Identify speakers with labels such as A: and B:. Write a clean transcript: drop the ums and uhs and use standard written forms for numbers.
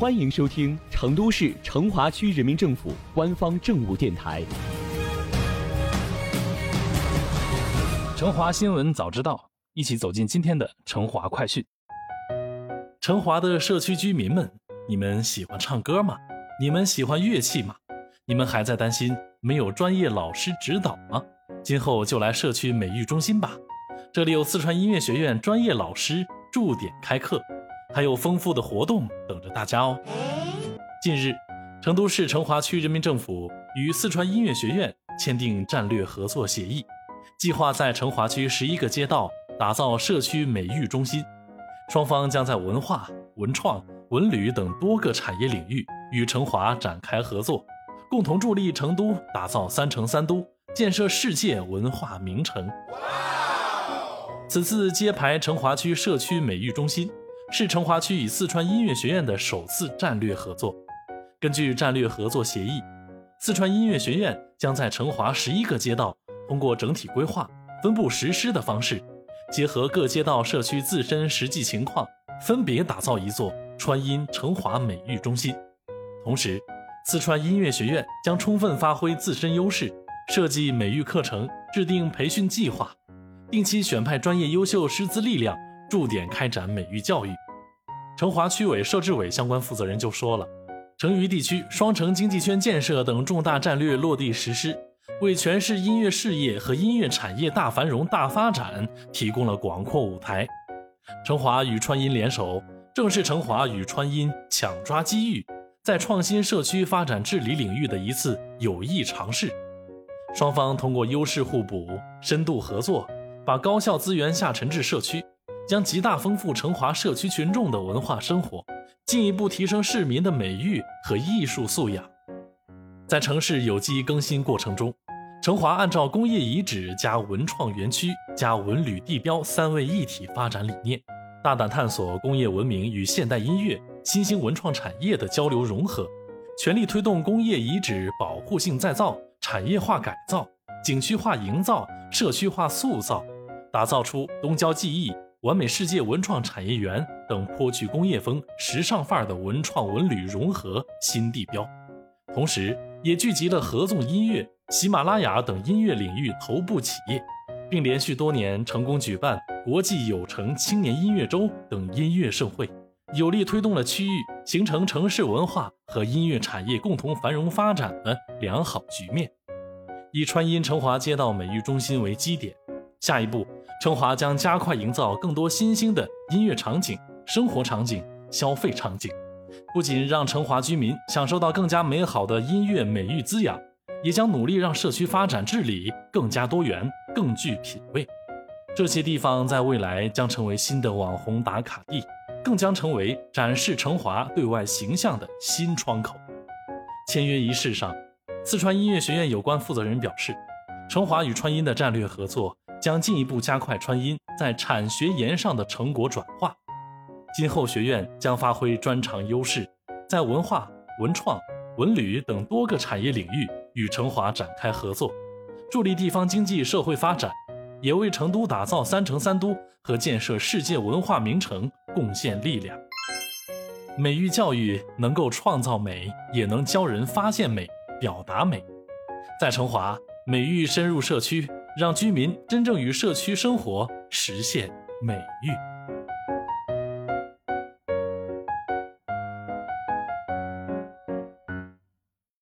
A: 欢迎收听成都市成华区人民政府官方政务电台。
B: 成华新闻早知道，一起走进今天的成华快讯。成华的社区居民们，你们喜欢唱歌吗？你们喜欢乐器吗？你们还在担心没有专业老师指导吗？今后就来社区美育中心吧，这里有四川音乐学院专业老师驻点开课，还有丰富的活动等着大家哦。近日，成都市成华区人民政府与四川音乐学院签订战略合作协议，计划在成华区11个街道打造社区美育中心，双方将在文化、文创、文旅等多个产业领域与成华展开合作，共同助力成都打造3城3都，建设世界文化名城。此次揭牌成华区社区美育中心，是成华区与四川音乐学院的首次战略合作。根据战略合作协议，四川音乐学院将在成华11个街道，通过整体规划、分步实施的方式，结合各街道社区自身实际情况，分别打造一座川音成华美育中心。同时，四川音乐学院将充分发挥自身优势，设计美育课程，制定培训计划，定期选派专业优秀师资力量，驻点开展美育教育。成华区委设置委相关负责人就说了，成渝地区双城经济圈建设等重大战略落地实施，为全市音乐事业和音乐产业大繁荣大发展提供了广阔舞台。成华与川音联手，正是成华与川音抢抓机遇，在创新社区发展治理领域的一次有益尝试。双方通过优势互补、深度合作，把高效资源下沉至社区，将极大丰富成华社区群众的文化生活，进一步提升市民的美育和艺术素养。在城市有机更新过程中，成华按照工业遗址加文创园区加文旅地标3位一体发展理念，大胆探索工业文明与现代音乐、新兴文创产业的交流融合，全力推动工业遗址保护性再造、产业化改造、景区化营造、社区化塑造，打造出东郊记忆、完美世界文创产业园等颇具工业风、时尚范儿的文创文旅融合新地标。同时也聚集了合纵音乐、喜马拉雅等音乐领域头部企业，并连续多年成功举办国际有成青年音乐周等音乐盛会，有力推动了区域形成城市文化和音乐产业共同繁荣发展的良好局面。以川音成华街道美育中心为基点，下一步成华将加快营造更多新兴的音乐场景、生活场景、消费场景，不仅让成华居民享受到更加美好的音乐美育滋养，也将努力让社区发展治理更加多元、更具品味。这些地方在未来将成为新的网红打卡地，更将成为展示成华对外形象的新窗口。签约仪式上，四川音乐学院有关负责人表示，成华与川音的战略合作将进一步加快川音在产学研上的成果转化。今后学院将发挥专长优势，在文化、文创、文旅等多个产业领域与成华展开合作，助力地方经济社会发展，也为成都打造3城3都和建设世界文化名城贡献力量。美育教育能够创造美，也能教人发现美、表达美。在成华，美育深入社区，让居民真正与社区生活，实现美育。